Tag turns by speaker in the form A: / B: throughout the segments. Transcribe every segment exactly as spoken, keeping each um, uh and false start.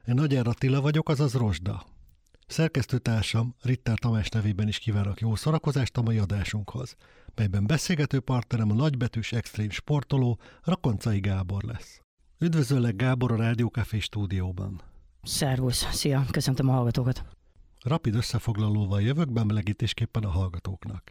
A: Én Nagyár Attila vagyok, azaz Rozsda. Szerkesztőtársam Ritter Tamás nevében is kívánok jó szórakozást a mai adásunkhoz, melyben beszélgető partnerem a nagybetűs extrém sportoló Rakoncai Gábor lesz. Üdvözöllek, Gábor, a Rádió Café stúdióban.
B: Szervusz, szia, köszöntöm a hallgatókat.
A: Rapid összefoglalóval jövök bemelegítésképpen a hallgatóknak.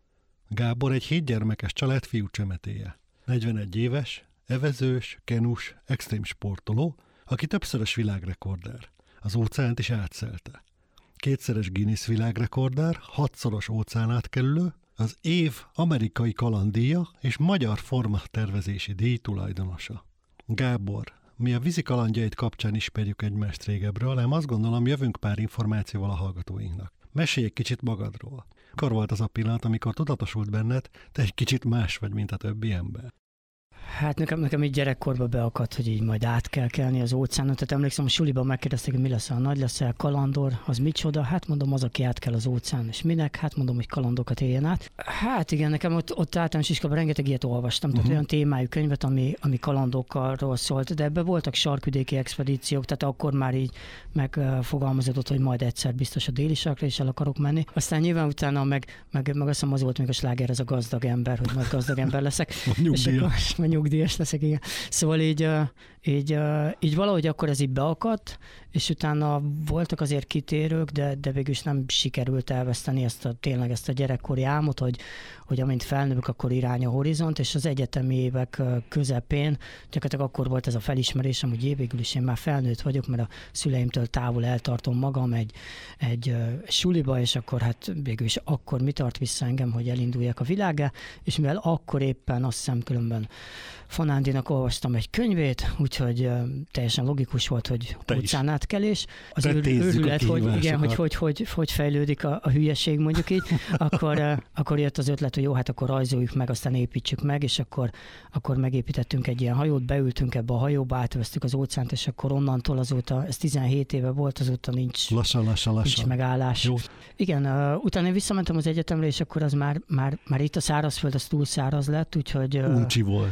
A: Gábor egy hétgyermekes család fiúcsemetéje. negyvenegy éves, evezős, kenus, extrém sportoló, aki többszörös világrekorder. Az óceánt is átszelte. Kétszeres Guinness világrekorder, hatszoros óceánátkelülő, az év amerikai kalanddíja és magyar formatervezési díj tulajdonosa. Gábor, mi a vízi kalandjait kapcsán ismerjük egymást régebről, ám azt gondolom, jövünk pár információval a hallgatóinknak. Mesélj egy kicsit magadról. Mikor volt az a pillanat, amikor tudatosult benned, te egy kicsit más vagy, mint a többi ember?
B: Hát nekem, nekem így gyerekkorban beakadt, hogy így majd át kell kelni az óceánon. Tehát emlékszem, a suliban megkérdezték, hogy mi lesz, ha nagy leszel, kalandor, az micsoda? Hát mondom, az, aki át kell az óceán. És minek? Hát mondom, hogy kalandokat éljen át. Hát igen, nekem ott, ott általános iskolában rengeteg ilyet olvastam, uh-huh. tehát olyan témájú könyvet, ami, ami kalandokról szólt, de ebben voltak sarkvidéki expedíciók, tehát akkor már így megfogalmazódott, hogy majd egyszer biztos a déli sarkra is el akarok menni. Aztán nyilván utána meg, meg, meg azt hiszem, az volt még a sláger, ez a gazdag ember, hogy majd gazdag ember leszek. Nyugdíjas leszek, igen. Szóval így, így, így valahogy akkor ez így beakadt, és utána voltak azért kitérők, de, de végül is nem sikerült elveszteni ezt a, tényleg ezt a gyerekkori álmot, hogy, hogy amint felnövök, akkor irány a horizont, és az egyetemi évek közepén gyakorlatilag akkor volt ez a felismerésem, hogy végül is én már felnőtt vagyok, mert a szüleimtől távol eltartom magam egy, egy, egy suliba, és akkor hát végül is akkor mi tart vissza engem, hogy elinduljak a világgá, és mivel akkor éppen azt hiszem különben Fanándinak olvastam egy könyvét, úgyhogy uh, teljesen logikus volt, hogy óceánátkelés. Az őrület, hogy igen, hogy hogy, hogy hogy fejlődik a, a hülyeség, mondjuk így, akkor, uh, akkor jött az ötlet, hogy jó, hát akkor rajzoljuk meg, aztán építsük meg, és akkor, akkor megépítettünk egy ilyen hajót, beültünk ebbe a hajóba, átveztük az óceánt, és akkor onnantól azóta, ez tizenhét éve volt, azóta nincs,
A: lassan, lassan, lassan.
B: nincs megállás. Jó. Igen, uh, utána én visszamentem az egyetemre, és akkor az már, már, már itt a szárazföld, az túl száraz lett, úgyhogy... Uh,
A: Uncsi volt.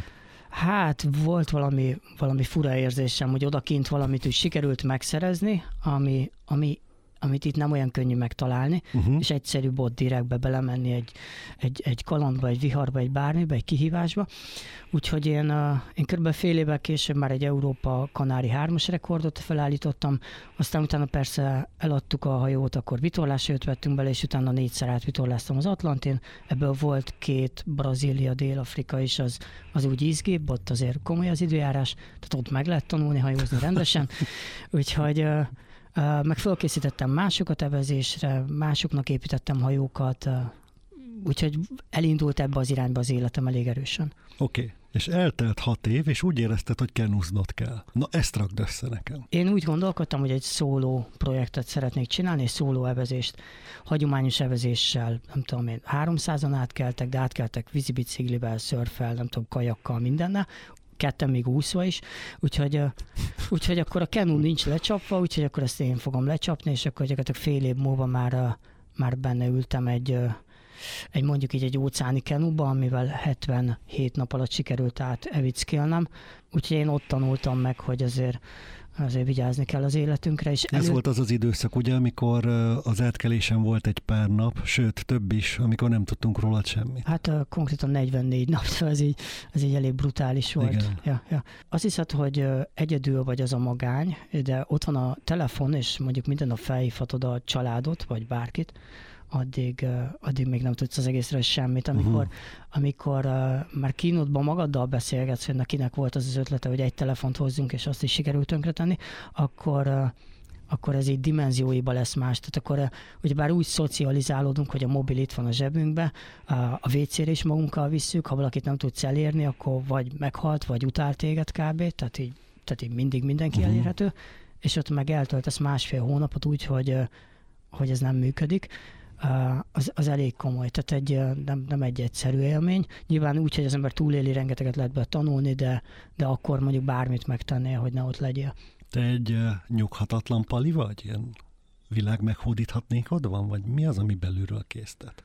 B: Hát volt valami, valami fura érzésem, hogy odakint valamit úgy sikerült megszerezni, ami, ami, amit itt nem olyan könnyű megtalálni, uh-huh. és egyszerűbb ott direktbe belemenni egy, egy, egy kalandba, egy viharba, egy bármibe, egy kihívásba. Úgyhogy én, én kb. Fél évvel később már egy Európa-Kanári hármas rekordot felállítottam, aztán utána persze eladtuk a hajót, akkor vitorláshajót vettünk bele, és utána négyszer átvitorláztam az Atlantin. Ebből volt két Brazília, Dél-Afrika is, az, az úgy izgébb, ott azért komoly az időjárás, tehát ott meg lehet tanulni hajózni rendesen. Úgyhogy Uh, meg felkészítettem másokat evezésre, másoknak építettem hajókat, uh, úgyhogy elindult ebbe az irányba az életem elég erősen.
A: Oké, okay. És eltelt hat év, és úgy érezted, hogy kenuznod kell. Na, ezt rakd össze nekem.
B: Én úgy gondolkodtam, hogy egy szóló projektet szeretnék csinálni, egy szóló evezést. Hagyományos evezéssel, nem tudom én, háromszázan átkeltek, de átkeltek vízibiciklivel, szörffel, nem tudom, kajakkal, mindennel. Ketten még úszva is, úgyhogy, úgyhogy akkor a kenu nincs lecsapva, úgyhogy akkor ezt én fogom lecsapni, és akkor gyakorlatilag fél év múlva már, már benne ültem egy, egy mondjuk így egy óceáni kenuba, amivel hetvenhét nap alatt sikerült át evickélnem, úgyhogy én ott tanultam meg, hogy azért azért vigyázni kell az életünkre. És
A: elő... Ez volt az az időszak, ugye, amikor az átkelésen volt egy pár nap, sőt, több is, amikor nem tudtunk róla semmit.
B: Hát uh, konkrétan negyvennégy nap, ez így, ez így elég brutális volt. Ja, ja. Azt hiszed, hogy uh, egyedül vagy az a magány, de ott van a telefon, és mondjuk minden nap felhívhatod a családot, vagy bárkit, addig, uh, addig még nem tudsz az egészről semmit. Amikor, uh-huh. amikor uh, már kínodban magaddal beszélgetsz, hogy kinek volt az az ötlete, hogy egy telefont hozzunk, és azt is sikerült tönkretenni, akkor, uh, akkor ez így dimenzióiba lesz más. Tehát akkor uh, ugyebár úgy szocializálódunk, hogy a mobil itt van a zsebünkbe, uh, a vécére is magunkkal visszük, ha valakit nem tudsz elérni, akkor vagy meghalt, vagy utált téged kb. Tehát így, tehát így mindig mindenki uh-huh. elérhető, és ott meg eltöltesz másfél hónapot úgy, hogy, uh, hogy ez nem működik. Az, az elég komoly, tehát egy, nem, nem egy egyszerű élmény. Nyilván úgy, hogy az ember túléli, rengeteget lehet be tanulni, de, de akkor mondjuk bármit megtennél, hogy ne ott legyél.
A: Te egy uh, nyughatatlan pali vagy? Ilyen világ meghódíthatnékod van? Vagy mi az, ami belülről késztet?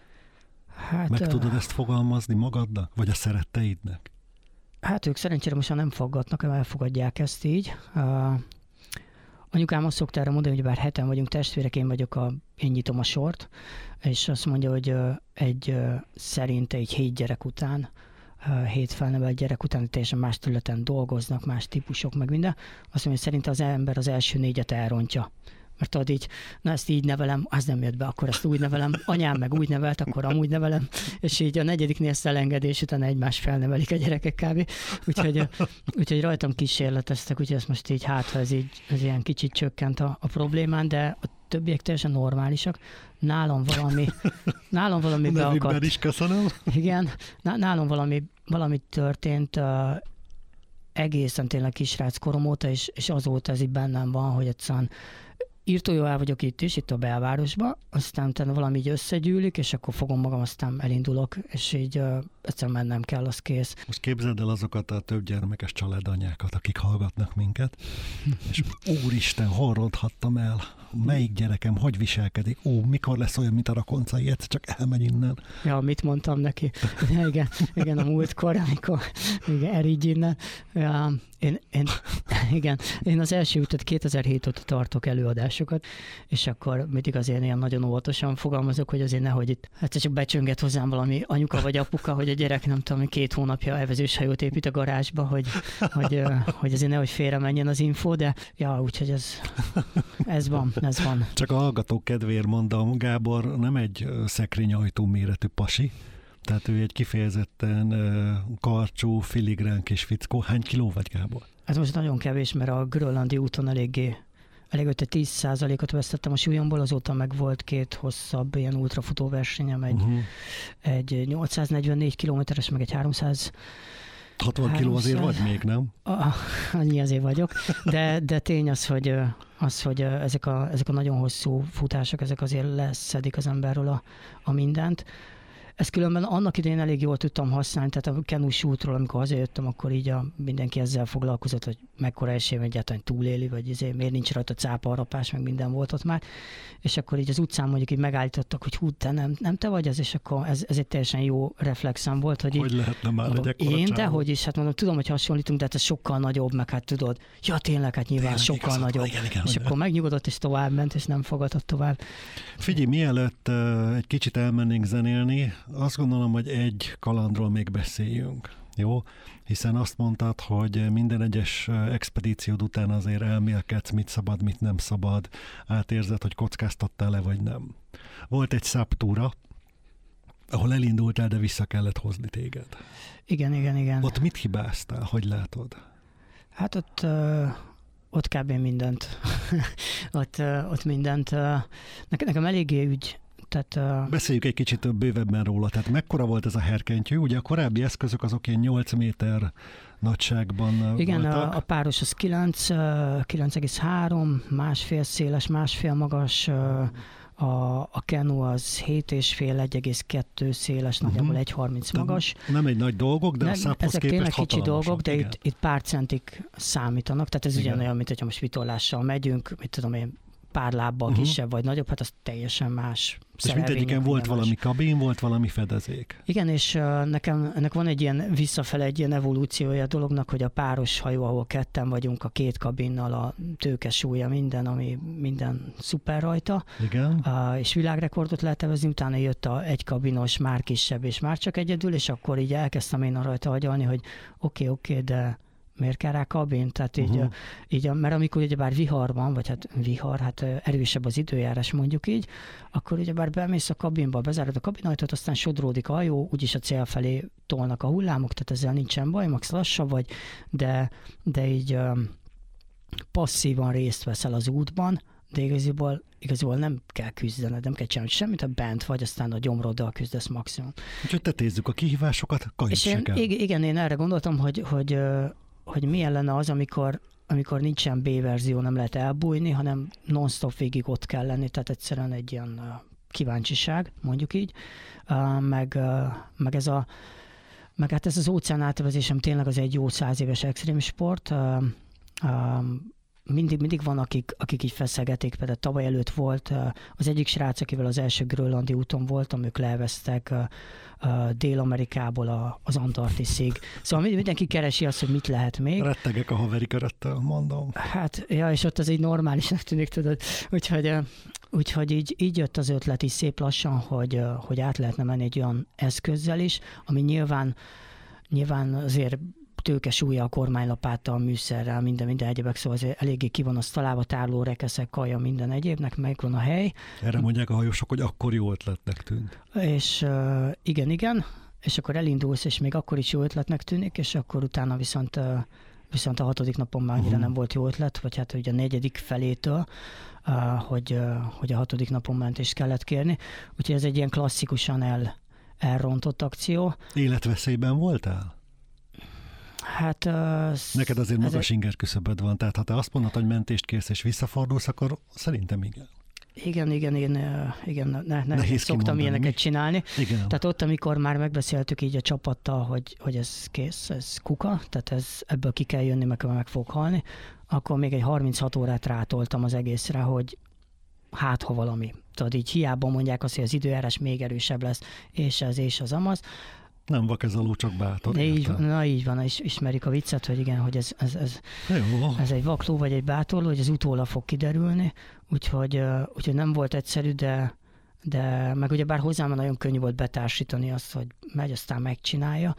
A: Hát, Meg uh, tudod ezt fogalmazni magadnak? Vagy a szeretteidnek?
B: Hát ők szerencsére most nem faggatnak, elfogadják ezt így. Uh, anyukám azt szokta erre mondani, hogy bár heten vagyunk testvérek, én vagyok a, én nyitom a sort, és azt mondja, hogy egy szerinte egy hét gyerek után, hét felnevelt gyerek után teljesen más területen dolgoznak, más típusok, meg minden. Azt mondja, hogy szerinte az ember az első négyet elrontja. Mert tudod így, na ezt így nevelem, az nem jött be, akkor ezt úgy nevelem, anyám meg úgy nevelt, akkor amúgy nevelem, és így a negyediknél szelengedés után egymás felnevelik a gyerekek kb. Úgyhogy, úgyhogy rajtam kísérleteztek, úgyhogy ezt most így hát, ha ez így ez ilyen kicsit csökkent a, a problémán, de a többiek teljesen normálisak. Nálam valami, nálam valami beakadt.
A: is köszönöm.
B: Igen, nálam valami, valami történt uh, egészen tényleg kisrác korom óta, és, és azóta ez így bennem van, hogy egyszerűen írtójó el vagyok itt is, itt a belvárosban, aztán utána valami így összegyűlik, és akkor fogom magam, aztán elindulok, és így uh, egyszerűen mennem kell, az kész.
A: Most képzeld el azokat a több gyermekes családanyákat, akik hallgatnak minket, és úristen, hol ronthattam el? Melyik gyerekem, hogy viselkedik? Ó, mikor lesz olyan, mint a rakoncai, egyszer csak elmegy innen.
B: Ja, mit mondtam neki? Ja, igen, igen, a múltkor, amikor igen, erigy innen. Ja, én, én, igen, én az első utat kétezer-hét óta tartok előadásokat, és akkor mindig azért ilyen nagyon óvatosan fogalmazok, hogy azért nehogy itt, hát csak becsönget hozzám valami anyuka vagy apuka, hogy a gyerek nem tudom, két hónapja evezős hajót épít a garázsba, hogy, hogy, hogy azért nehogy félre menjen az info, de ja, úgyhogy ez, ez van, ez van.
A: Csak a hallgatók kedvéért mondom, Gábor nem egy szekrényajtó méretű pasi, tehát ő egy kifejezetten karcsú, filigrán kis fickó. Hány kiló vagy, Gábor?
B: Ez most nagyon kevés, mert a grönlandi úton eléggé, elég öt tíz százalékot vesztettem a súlyomból, azóta meg volt két hosszabb ilyen ultrafutó versenyem, egy, uh-huh. egy nyolcszáznegyvennégy kilométeres, meg egy háromszáz
A: hatvan kiló azért vagy még, nem?
B: Ah, annyi azért vagyok, de, de tény az, hogy, az, hogy ezek, a, ezek a nagyon hosszú futások, ezek azért leszedik az emberről a, a mindent. Ezt különben annak idején elég jól tudtam használni, tehát a kenus útról, amikor hazajöttem, akkor így a, mindenki ezzel foglalkozott, hogy mekkora esélyem egyáltalán túléli, vagy izé, miért nincs rajta cápaharapás, meg minden volt ott már. És akkor így az utcán mondjuk így megállítottak, hogy hú, te nem, nem te vagy az, és akkor ez, ez egy teljesen jó reflexem volt, hogy,
A: hogy
B: így,
A: lehetne már egy ekkora
B: én,
A: csávó?
B: de hogy is, hát mondom, tudom, hogy hasonlítunk, de hát ez sokkal nagyobb, meg hát tudod, ja tényleg, hát nyilván tényleg, sokkal igazad, nagyobb. Igen, igen, és igen. Akkor megnyugodott, és tovább ment, és nem fogadott tovább.
A: Figyelj, mielőtt uh, egy kicsit elmennénk zenélni, azt gondolom, hogy egy kalandról még beszéljünk, jó? Hiszen azt mondtad, hogy minden egyes expedíciód után azért elmélkedsz, mit szabad, mit nem szabad, átérzed, hogy kockáztattál-e, vagy nem. Volt egy szabtúra, ahol elindultál, de vissza kellett hozni téged.
B: Igen, igen, igen.
A: Ott mit hibáztál? Hogy látod?
B: Hát ott, uh, ott kb. mindent. ott, uh, ott mindent. Uh, nekem, nekem eléggé ügy. Tehát, uh...
A: Beszéljük egy kicsit bővebben róla. Tehát mekkora volt ez a herkentyű? Ugye a korábbi eszközök azok ilyen nyolc méter nagyságban
B: igen,
A: voltak.
B: Igen, a, a páros az kilenc, kilenc egész három, másfél széles, másfél magas, a, a kenu az hét egész öt, egy egész kettő széles, uh-huh. nagyjából egy harminc magas.
A: Nem egy nagy dolgok, de ne, a száphoz
B: ezek
A: képest
B: tényleg kicsi dolgok, de
A: igen.
B: itt, itt pár centik számítanak, tehát ez ugyanolyan, mint hogyha most vitorlással megyünk, mit tudom én, pár lábbal uh-huh. kisebb vagy nagyobb, hát az teljesen más.
A: És mindegyiken volt valami más. Kabin, volt valami fedezék.
B: Igen, és uh, nekem ennek van egy ilyen visszafele, egy ilyen evolúciója a dolognak, hogy a páros hajó, ahol ketten vagyunk, a két kabinnal, a tőke súlya, minden, ami minden szuper rajta.
A: Igen.
B: Uh, és világrekordot lehet evezni, utána jött a egy kabinos, már kisebb, és már csak egyedül, és akkor így elkezdtem én rajta agyalni, hogy oké, okay, oké, okay, de miért kell rá kabin? Tehát így, uh-huh. így, mert amikor ugyebár vihar van, vagy hát vihar, hát erősebb az időjárás mondjuk így, akkor ugyebár bemész a kabinba, bezárod a kabinajtót, aztán sodródik a hajó, úgyis a cél felé tolnak a hullámok, tehát ezzel nincsen baj, max lassabb vagy, de, de így um, passzívan részt veszel az útban, de igaziból, igaziból nem kell küzdened, nem kell csinálni semmit, ha bent vagy, aztán a gyomroddal küzdesz maximum.
A: Úgyhogy tetézzük a kihívásokat, kajtsd el.
B: Igen, én erre gondoltam, hogy, hogy hogy milyen lenne az, amikor, amikor nincsen B-verzió, nem lehet elbújni, hanem non-stop végig ott kell lenni, tehát egyszerűen egy ilyen uh, kíváncsiság, mondjuk így, uh, meg, uh, meg ez a meg hát ez az óceán átevezésem tényleg az egy jó száz éves extrém sport, uh, uh, mindig, mindig van, akik, akik így feszegetik, például tavaly előtt volt az egyik srác, akivel az első grönlandi úton voltam, ők leveztek Dél-Amerikából az Antarktiszig. Szóval mindenki keresi azt, hogy mit lehet még.
A: Rettegek a haveri köröttől, mondom.
B: Hát, ja, és ott az így normálisnak tűnik, tudod. Úgyhogy, úgyhogy így, így jött az ötlet is szép lassan, hogy, hogy át lehetne menni egy olyan eszközzel is, ami nyilván, nyilván azért tőkesúlya, a kormánylapáttal, műszerrel, minden, minden egyébek, szóval azért eléggé ki van az találva, tárló, rekeszek, kaja, minden egyébnek, meg van a hely.
A: Erre mondják a hajósok, hogy akkor jó ötletnek tűnt.
B: És uh, igen, igen, és akkor elindulsz, és még akkor is jó ötletnek tűnik, és akkor utána viszont, uh, viszont a hatodik napon már annyira uh-huh. nem volt jó ötlet, vagy hát ugye a negyedik felétől, uh, hogy, uh, hogy a hatodik napon mentést kellett kérni. Úgyhogy ez egy ilyen klasszikusan el, elrontott akció.
A: Életveszélyben voltál?
B: Hát, uh,
A: neked azért magas
B: egy...
A: inger küszöböd van, tehát ha te azt mondod, hogy mentést kérsz és visszafordulsz, akkor szerintem igen.
B: Igen, igen, én igen, ne, ne, szoktam kimondani, ilyeneket mi? csinálni.
A: Igen.
B: Tehát ott, amikor már megbeszéltük így a csapattal, hogy, hogy ez kész, ez kuka, tehát ez, ebből ki kell jönni, meg, meg fog halni, akkor még egy harminchat órát rátoltam az egészre, hogy hát ha valami. Tudod, így hiába mondják azt, hogy az időjárás még erősebb lesz, és ez, és az amaz.
A: Nem vakezaló, csak bátor.
B: Így, na így van, is, ismerik a viccet, hogy igen, hogy ez, ez, ez, ez egy vakló vagy egy bátorló, hogy ez utólag fog kiderülni, úgyhogy, úgyhogy nem volt egyszerű, de, de meg ugye bár hozzám nagyon könnyű volt betársítani azt, hogy megy, aztán megcsinálja,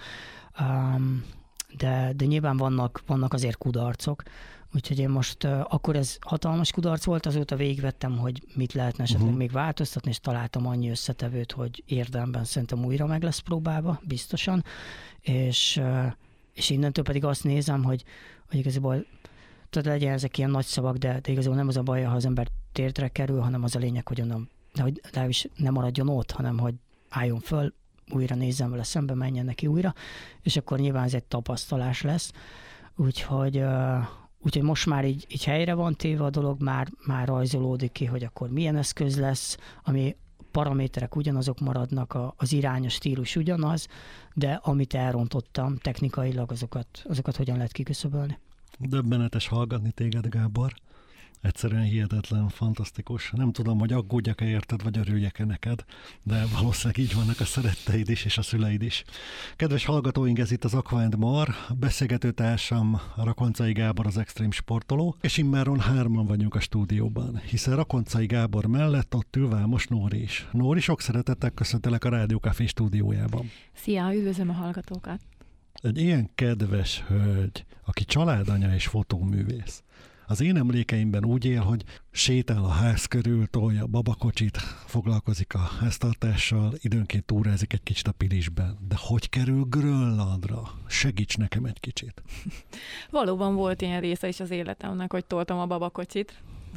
B: um, de, de nyilván vannak, vannak azért kudarcok, úgyhogy én most, uh, akkor ez hatalmas kudarc volt, azóta végigvettem, hogy mit lehetne esetleg uh-huh. még változtatni, és találtam annyi összetevőt, hogy érdemben szerintem újra meg lesz próbálva, biztosan, és, uh, és innentől pedig azt nézem, hogy, hogy igazából tudod, legyen ezek ilyen nagy szavak, de, de igazából nem az a baj, ha az ember térdre kerül, hanem az a lényeg, hogy onnan, de hogy is nem maradjon ott, hanem hogy álljon föl, újra nézzem vele szembe, menjen neki újra, és akkor nyilván ez egy tapasztalás lesz, úgyhogy uh, Úgyhogy most már így, így helyre van téve a dolog, már, már rajzolódik ki, hogy akkor milyen eszköz lesz, ami paraméterek ugyanazok maradnak, a, az irány, a stílus ugyanaz, de amit elrontottam technikailag, azokat, azokat hogyan lehet kiküszöbölni.
A: Döbbenetes hallgatni téged, Gábor. Egyszerűen hihetetlen, fantasztikus. Nem tudom, hogy aggódjak-e érted, vagy örüljek-e neked, de valószínűleg így vannak a szeretteid is, és a szüleid is. Kedves hallgatóink, ez itt az Aqua and Mar, beszélgetőtársam Rakoncai Gábor, az extrém sportoló, és immáron hárman vagyunk a stúdióban, hiszen Rakoncai Gábor mellett ott ül Vámos Nóri is. Nóri, sok szeretettel köszöntelek a Rádió Café stúdiójában.
C: Szia, üdvözlöm a hallgatókat!
A: Egy ilyen kedves hölgy, aki családanya és fotóművész. Az én emlékeimben úgy él, hogy sétál a ház körül, tolja a babakocsit, foglalkozik a háztartással, időnként túrázik egy kicsit a Pilisben. De hogy kerül Grönlandra? Segíts nekem egy kicsit.
C: Valóban volt ilyen része is az életemnek, hogy toltam a babakocsit.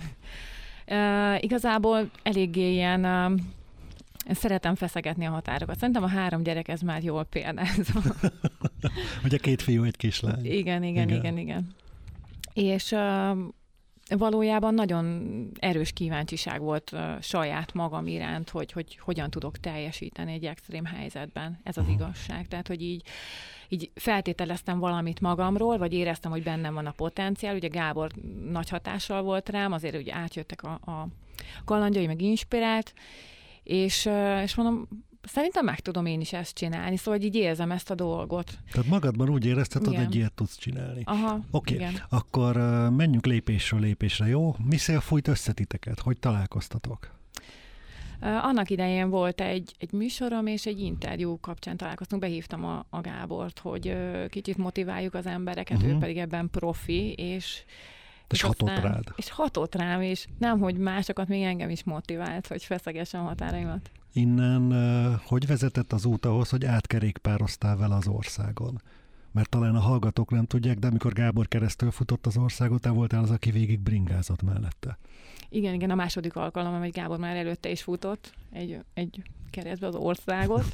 C: E, igazából eléggé ilyen... Uh, szeretem feszegetni a határokat. Szerintem a három gyerek ez már jól példázva.
A: Ugye két fiú, egy kislány.
C: Igen, igen, igen, igen. igen. És uh, valójában nagyon erős kíváncsiság volt uh, saját magam iránt, hogy, hogy hogyan tudok teljesíteni egy extrém helyzetben. Ez az uh-huh. igazság. Tehát, hogy így, így feltételeztem valamit magamról, vagy éreztem, hogy bennem van a potenciál. Ugye Gábor nagy hatással volt rám, azért ugye átjöttek a, a kalandjai, meg inspirált, és, uh, és mondom, szerintem meg tudom én is ezt csinálni, szóval így érzem ezt a dolgot.
A: Tehát magadban úgy érezted, hogy egy ilyet tudsz csinálni.
C: Aha,
A: Oké, okay. Akkor uh, menjünk lépésről lépésre, jó? Mi szél fújt össze titeket? Hogy találkoztatok?
C: Uh, annak idején volt egy, egy műsorom, és egy interjú kapcsán találkoztunk. Behívtam a, a Gábort, hogy uh, kicsit motiváljuk az embereket, uh-huh. ő pedig ebben profi, és
A: És hatott
C: aztán,
A: rád.
C: És hatott rám, és nem, hogy másokat, még engem is motivált, hogy feszegessem a határaimat.
A: Innen uh, hogy vezetett az út ahhoz, hogy átkerékpároztál vele az országon? Mert talán a hallgatók nem tudják, de amikor Gábor keresztül futott az országot, te voltál az, aki végig bringázott mellette.
C: Igen, igen, a második alkalom, hogy Gábor már előtte is futott egy, egy keresztbe az országot.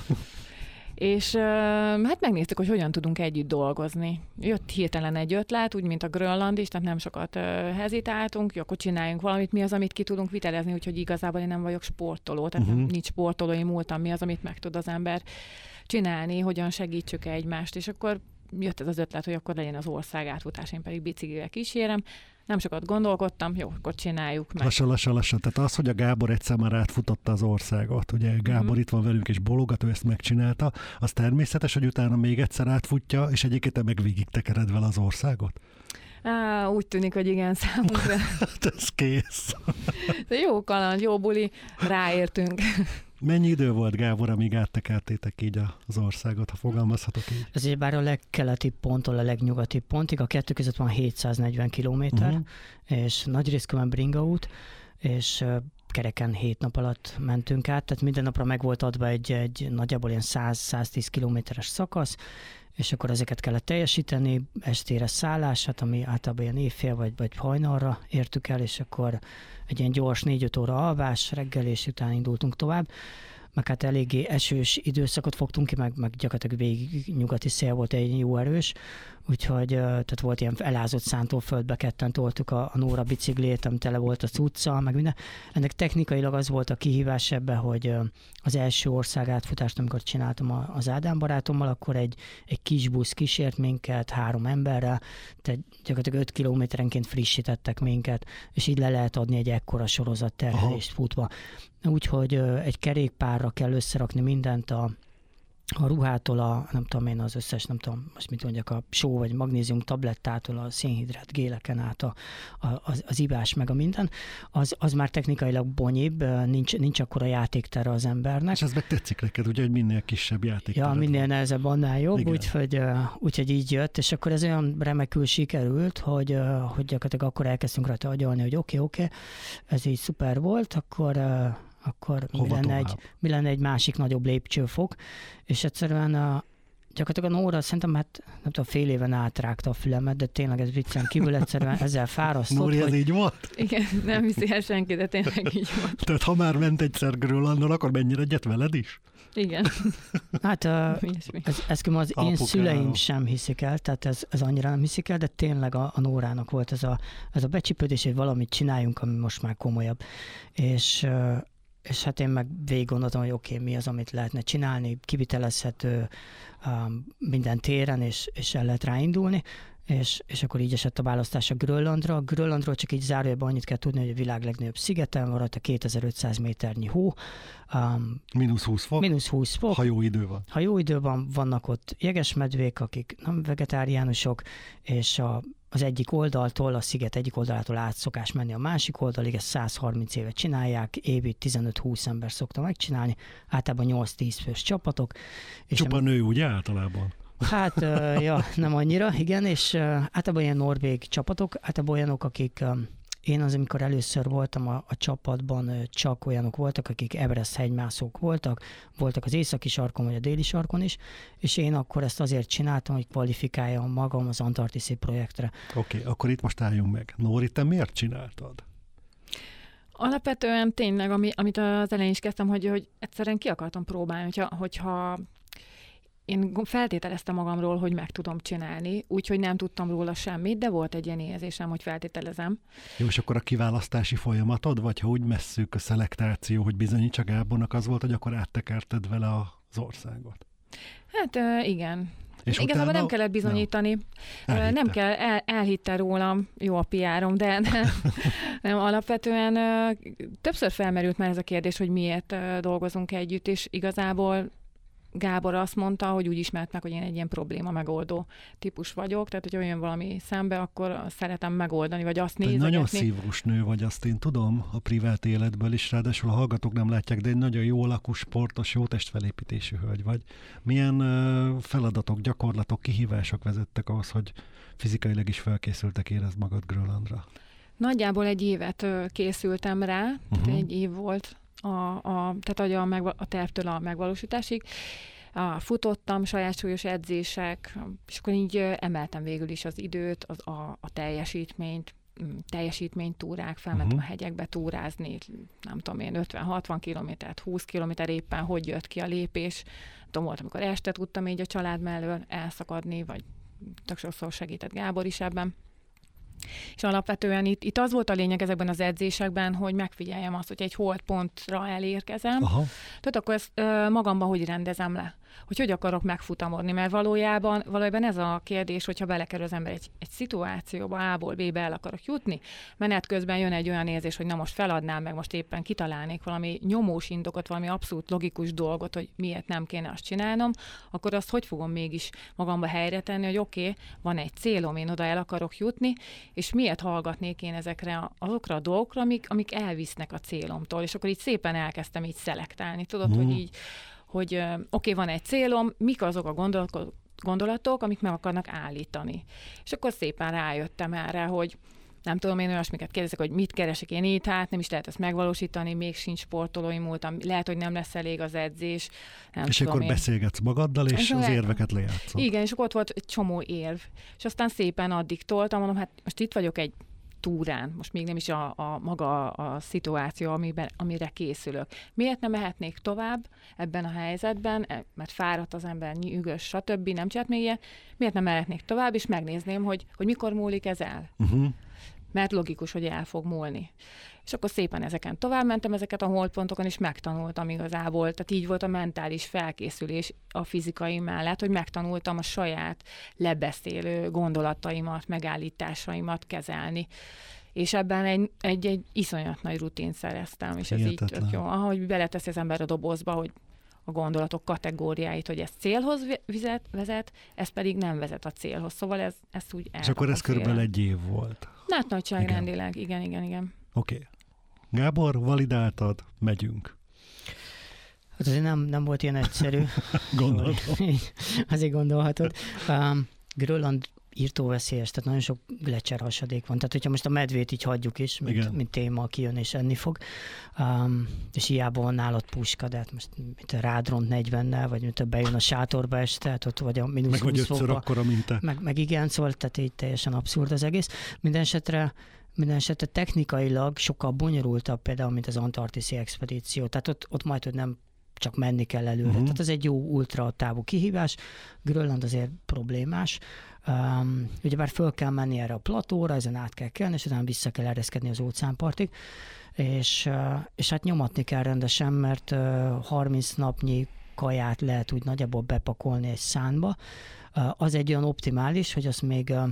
C: És uh, hát megnéztük, hogy hogyan tudunk együtt dolgozni. Jött hirtelen egy ötlet, úgy, mint a Grönland is, tehát nem sokat uh, hezitáltunk, jó, akkor csináljunk valamit, mi az, amit ki tudunk vitelezni, úgyhogy igazából én nem vagyok sportoló, tehát uh-huh. nem, nincs sportolói múltam, mi az, amit meg tud az ember csinálni, hogyan segítsük egymást, és akkor jött ez az ötlet, hogy akkor legyen az ország átfutás, én pedig biciklivel kísérem. Nem sokat gondolkodtam, jó, akkor csináljuk meg.
A: Lassan, lassan, lassan. Tehát az, hogy a Gábor egyszer már átfutotta az országot, ugye Gábor uh-huh. itt van velünk, és bologat, ő ezt megcsinálta, az természetes, hogy utána még egyszer átfutja, és egyébként meg végig tekered vele az országot?
C: Á, úgy tűnik, hogy igen, számunkra.
A: Ez kész.
C: De jó kaland, jó buli, ráértünk.
A: Mennyi idő volt, Gábor, amíg áttekertétek így az országot, ha fogalmazhatok így?
B: Ez egy bár a legkeleti ponttól a legnyugati pontig, a kettő között van hétszáznegyven kilométer, uh-huh. és nagy részben bringaút, és kereken hét nap alatt mentünk át, tehát minden napra meg volt adva egy, egy nagyjából ilyen száz-száztíz kilométeres szakasz, és akkor ezeket kellett teljesíteni, estére szállását, ami általában ilyen évfél vagy, vagy hajnalra értük el, és akkor egy ilyen gyors négy-öt óra alvás, reggelés után indultunk tovább, meg hát eléggé esős időszakot fogtunk ki, meg, meg gyakorlatilag végig nyugati szél volt egy jó erős, úgyhogy tehát volt ilyen elázott szántóföldbe, ketten toltuk a, a Nóra biciklét, ami tele volt a cucca, meg minden. Ennek technikailag az volt a kihívás ebbe, hogy az első ország átfutást, amikor csináltam az Ádám barátommal, akkor egy, egy kis busz kísért minket három emberrel, tehát gyakorlatilag öt kilométerenként frissítettek minket, és így le lehet adni egy ekkora sorozat terhelést futva. Úgyhogy egy kerékpárra kell összerakni mindent, a a ruhától, a, nem tudom én, az összes, nem tudom, most mit mondjak, a só vagy magnézium tablettától, a szénhidrát géleken át, a, a, az, az ivás meg a minden, az, az már technikailag bonyibb, nincs, nincs akkora játéktere az embernek.
A: És ez meg tetszik neked, ugye, hogy minél kisebb játéktere.
B: Ja, minél nehezebb, annál jobb, úgyhogy, úgyhogy így jött, és akkor ez olyan remekül sikerült, hogy, hogy gyakorlatilag akkor elkezdtünk rajta agyalni, hogy oké, okay, oké, okay, ez így szuper volt, akkor akkor mi lenne, egy, mi lenne egy másik nagyobb lépcsőfok, és egyszerűen a, gyakorlatilag a Nóra szerintem hát nem tudom, fél éven átrágta a fülemet, de tényleg ez viccen kívül egyszerűen ezzel fárasztott.
A: Nóri, ez
B: hogy...
A: így volt?
C: Igen, nem hiszi el senki, de tényleg így volt.
A: Tehát ha már ment egyszer Grönlandon, akkor mennyire egyet veled is?
C: Igen.
B: Hát ez, ez az én
A: Apuka.
B: szüleim sem hiszik el, tehát ez, ez annyira nem hiszik el, de tényleg a, a Nórának volt ez a, ez a becsípődés, hogy valamit csináljunk, ami most már komolyabb. És És hát én meg végig gondoltam, hogy oké, okay, mi az, amit lehetne csinálni, kivitelezhető um, minden téren, és, és el lehet ráindulni, és, és akkor így esett a választás a Grönlandra. A Grönlandról csak így zárójelben annyit kell tudni, hogy a világ legnagyobb szigeten van rajta kétezer-ötszáz méternyi hó. Um,
A: mínusz húsz fok?
B: Mínusz húsz fok.
A: Ha jó idő van.
B: Ha jó idő van, vannak ott jegesmedvék, akik nem vegetáriánusok, és a az egyik oldaltól, a sziget egyik oldalától át szokás menni a másik oldalig, ezt száz harminc éve csinálják, évi tizenöt-húsz ember szokta megcsinálni, általában nyolc-tíz fős csapatok. És
A: Csupa
B: em-
A: nő, ugye általában?
B: Hát, uh, ja, nem annyira, igen, és uh, általában ilyen norvég csapatok, általában olyanok, akik um, én az, amikor először voltam a, a csapatban, csak olyanok voltak, akik Everest hegymászók voltak, voltak az északi sarkon vagy a déli sarkon is, és én akkor ezt azért csináltam, hogy kvalifikáljam magam az antarktiszi projektre.
A: Oké, okay, akkor itt most álljunk meg. Nóri, te miért csináltad?
C: Alapvetően tényleg, ami, amit az elején is kezdtem, hogy, hogy egyszerűen ki akartam próbálni, hogyha, hogyha én feltételeztem magamról, hogy meg tudom csinálni, úgyhogy nem tudtam róla semmit, de volt egy ilyen érzésem, hogy feltételezem.
A: Jó, és akkor a kiválasztási folyamatod, vagy ha úgy messzük a szelektáció, hogy bizonyítsa Gábornak az volt, hogy akkor áttekerted vele az országot?
C: Hát uh, igen.
A: És
C: Igazából
A: utána...
C: nem kellett bizonyítani.
A: Nem,
C: nem kell, el, elhitte rólam, jó a pé árom, de nem, nem alapvetően uh, többször felmerült már ez a kérdés, hogy miért uh, dolgozunk együtt, és igazából Gábor azt mondta, hogy úgy ismert meg, hogy én egy ilyen probléma megoldó típus vagyok, tehát hogy olyan valami szembe, akkor szeretem megoldani, vagy azt nézegetni.
A: Nagyon szívós nő vagy, azt én tudom a privát életből is, ráadásul a hallgatók nem látják, de egy nagyon jó alakú, sportos, jó testfelépítésű hölgy vagy. Milyen uh, feladatok, gyakorlatok, kihívások vezettek ahhoz, hogy fizikailag is felkészültek, érezd magad Grönlandra?
C: Nagyjából egy évet uh, készültem rá, uh-huh. egy év volt. A, a, tehát a, megva, a tervtől a megvalósításig. A, futottam, saját súlyos edzések, és akkor így emeltem végül is az időt, az, a, a teljesítményt, teljesítménytúrák, felmentem uh-huh. a hegyekbe túrázni, nem tudom én, ötven-hatvan kilométert, húsz kilométer éppen, hogy jött ki a lépés. Nem tudom, volt, amikor este tudtam így a család mellől elszakadni, vagy tök sokszor segített Gábor is ebben. És alapvetően itt, itt az volt a lényeg ezekben az edzésekben, hogy megfigyeljem azt, hogy egy holdpontra elérkezem,
A: Aha.
C: tehát akkor ezt ö, magamban hogy rendezem le, hogy hogy akarok megfutamodni, mert valójában, valójában ez a kérdés, hogyha belekerül az ember egy, egy szituációba, A-ból B-be el akarok jutni, menet közben jön egy olyan érzés, hogy na most feladnám meg, most éppen kitalálnék valami nyomós indokot, valami abszolút logikus dolgot, hogy miért nem kéne azt csinálnom, akkor azt hogy fogom mégis magamba helyre tenni, hogy oké, okay, van egy célom, én oda el akarok jutni, és miért hallgatnék én ezekre a, azokra a dolgokra, amik, amik elvisznek a célomtól, és akkor így szépen elkezdtem így szelektálni, tudod, mm. hogy így hogy oké, okay, van egy célom, mik azok a gondolatok, gondolatok, amik meg akarnak állítani. És akkor szépen rájöttem erre, hogy nem tudom, én olyasmiket kérdezek, hogy mit keresek én itt, hát nem is lehet ezt megvalósítani, még sincs sportolói múltam, lehet, hogy nem lesz elég az edzés. Nem
A: és
C: tudom
A: akkor
C: én.
A: beszélgetsz magaddal, és, és az érveket lejátszod.
C: Igen, és akkor ott volt egy csomó érv. És aztán szépen addig toltam, mondom, hát most itt vagyok egy túrán, most még nem is a, a maga a, a szituáció, amiben, amire készülök. Miért nem mehetnék tovább ebben a helyzetben, mert fáradt az ember, nyűgös, stb., nem csinált még ilyen, miért nem mehetnék tovább, és megnézném, hogy, hogy mikor múlik ez el. Uh-huh. Mert logikus, hogy el fog múlni. És akkor szépen ezeken tovább mentem, ezeket a holdpontokon, és megtanultam igazából. Tehát így volt a mentális felkészülés a fizikai mellett, hogy megtanultam a saját lebeszélő gondolataimat, megállításaimat kezelni. És ebben egy, egy, egy iszonyat nagy rutint szereztem, és ez Hihetetlen. Így tök jó. Ahogy beleteszi az ember a dobozba, hogy a gondolatok kategóriáit, hogy ez célhoz vezet, vezet, ez pedig nem vezet a célhoz. Szóval ez, ez úgy
A: És akkor ez körülbelül egy év volt.
C: Hát nagyságrendileg, igen, igen, igen.
A: Oké. Okay. Gábor, validáltad, megyünk.
B: Hát azért nem, nem volt ilyen egyszerű.
A: Gondoltam.
B: Azért gondolhatod. Um, Grönland írtóveszélyes, tehát nagyon sok gletszer hasadék van. Tehát, hogyha most a medvét így hagyjuk is, mint, mint téma, aki jön és enni fog, um, és hiába van nálad puska, de hát most mint a rádront negyvennel, vagy mint bejön a sátorba este, hát ott vagy a mínusz húsz fokba. Meg
A: akkora, mint te.
B: Meg, meg igen, szóval tehát így teljesen abszurd az egész. Minden esetre Minden esetre technikailag sokkal bonyolultabb például, mint az antarktiszi expedíció. Tehát ott, ott majd, hogy nem csak menni kell előre. Uh-huh. Tehát ez egy jó ultra távú kihívás. Grönland azért problémás. Um, ugyebár föl kell menni erre a platóra, ezen át kell kelni, és utána vissza kell ereszkedni az óceánpartig. És, uh, és hát nyomatni kell rendesen, mert uh, harminc napnyi kaját lehet úgy nagyjából bepakolni egy szánba. Uh, az egy olyan optimális, hogy azt még uh,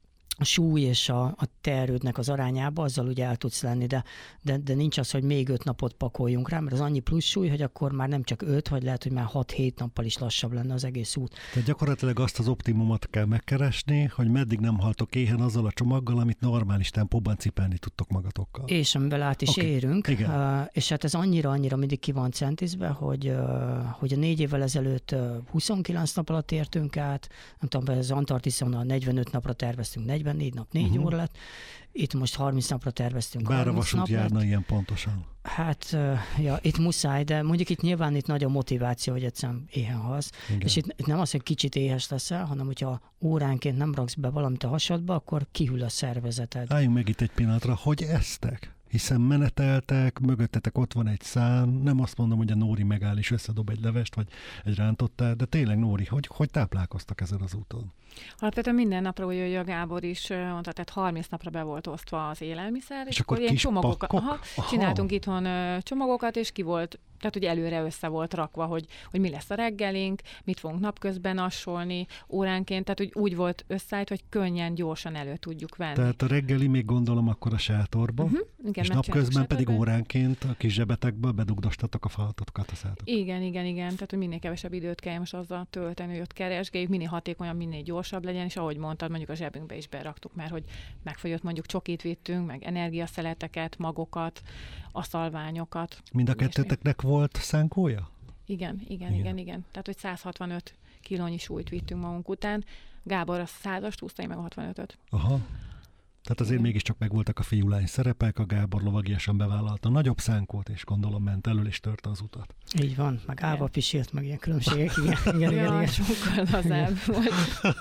B: a súly és a, a te erődnek az arányába, azzal ugye el tudsz lenni, de, de, de nincs az, hogy még öt napot pakoljunk rá, mert az annyi plusz súly, hogy akkor már nem csak öt, vagy lehet, hogy már hat-hét nappal is lassabb lenne az egész út.
A: Tehát gyakorlatilag azt az optimumot kell megkeresni, hogy meddig nem haltok éhen azzal a csomaggal, amit normális tempóban cipelni tudtok magatokkal.
B: És amivel át is okay. érünk,
A: uh,
B: és hát ez annyira-annyira mindig ki van centizve, hogy, uh, hogy a négy évvel ezelőtt uh, huszonkilenc nap alatt értünk át, nem tudom, az Antarktiszon a negyvenöt napra terveztünk, negyvennégy nap, négy uh-huh. óra lett. Itt most harminc napra terveztünk.
A: Bár a vasút járna lett. Ilyen pontosan.
B: Hát, ja, itt muszáj, de mondjuk itt nyilván itt nagy a motiváció, hogy egyszerűen éhen halsz. Igen. És itt, itt nem az, hogy kicsit éhes leszel, hanem hogyha óránként nem raksz be valamit a hasadba, akkor kihűl a szervezeted.
A: Álljunk meg itt egy pillanatra, hogy esztek? Hiszen meneteltek, mögöttetek ott van egy szán, nem azt mondom, hogy a Nóri megáll és összedob egy levest, vagy egy rántottát, de tényleg Nóri, hogy, hogy táplálkoztak ezen az úton?
C: Alapvetően minden napra, úgy, a Gábor is mondta, tehát harminc napra be volt osztva az élelmiszer, és, és akkor, akkor ilyen csomagokat, aha, aha. csináltunk itthon csomagokat, és ki volt, tehát hogy előre össze volt rakva, hogy, hogy mi lesz a reggelink, mit fogunk napközben assolni, óránként, tehát hogy úgy volt összeállt, hogy könnyen, gyorsan elő tudjuk venni.
A: Tehát a reggeli még gondolom akkor a sátorba, uh-huh. igen, és napközben pedig óránként a kis zsebetekből bedugdostatok a falatokat a szátok.
C: Igen, igen, igen, tehát hogy minél kevesebb időt kell most azzal tölteni, hogy ott keresgéljük, minél hatékonyabb, minél gyorsabb legyen, és ahogy mondtad, mondjuk a zsebünkbe is beraktuk, mert hogy megfogyott, mondjuk csokit vittünk, meg energiaszeleteket, magokat, aszalványokat.
A: Mind a kettőteknek volt szánkója?
C: Igen, igen, igen, igen, igen. Tehát, hogy száz hatvanöt kilónyi súlyt vittünk magunk után. Gábor a százast húzta, én meg a hatvanötöt.
A: Aha. Tehát azért igen. mégiscsak megvoltak a fiú-lány szerepek, a Gábor lovagiasan bevállalta nagyobb szánkót, és gondolom ment elől, és törte az utat.
B: Így van, meg állva pisilt, meg ilyen különbségek. Igen, igen, igen, igen.
C: Sokkal lazább volt.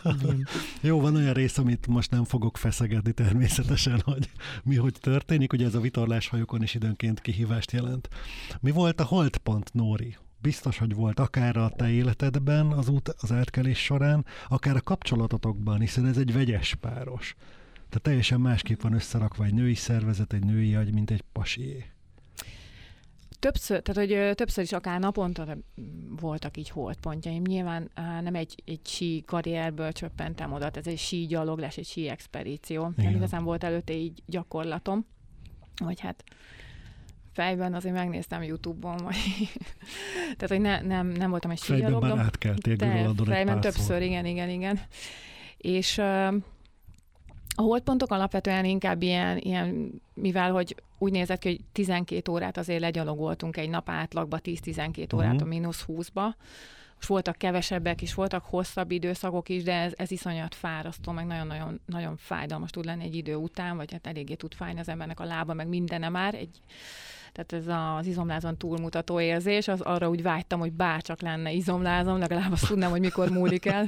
A: Jó, van olyan rész, amit most nem fogok feszegetni természetesen, hogy mi hogy történik. Ugye ez a vitorláshajókon is időnként kihívást jelent. Mi volt a holdpont, Nóri? Biztos, hogy volt akár a te életedben az út az átkelés során, akár a kapcsolatotokban, hiszen ez egy vegyes páros. Tehát teljesen másképp van összerakva egy női szervezet, egy női agy, mint egy pasié.
C: Többször, tehát hogy többször is akár naponta voltak így holdpontjaim. Nyilván nem egy, egy sí karrierből csöppentem oda, ez egy sí gyaloglás, egy sí expedíció. Nem igazán volt előtte így gyakorlatom, vagy hát fejben azért megnéztem YouTube-on, vagy tehát, hogy ne, nem, nem voltam egy sí gyalogom.
A: Fejben már átkeltél Gőroladon egy
C: fejben
A: párszor.
C: többször, igen, igen, igen. És uh, a holdpontok alapvetően inkább ilyen, ilyen, mivel hogy úgy nézett ki, hogy tizenkét órát azért legyalogoltunk egy nap átlagba, tíz-tizenkét órát uh-huh. a mínusz húszba. Most voltak kevesebbek is, voltak hosszabb időszakok is, de ez, ez iszonyat fárasztó, meg nagyon-nagyon nagyon fájdalmas tud lenni egy idő után, vagy hát eléggé tud fájni az embernek a lába, meg mindene már. Egy, tehát ez az izomlázon túlmutató érzés, az arra úgy vágytam, hogy bárcsak lenne izomlázom, legalább azt tudnám, hogy mikor múlik el.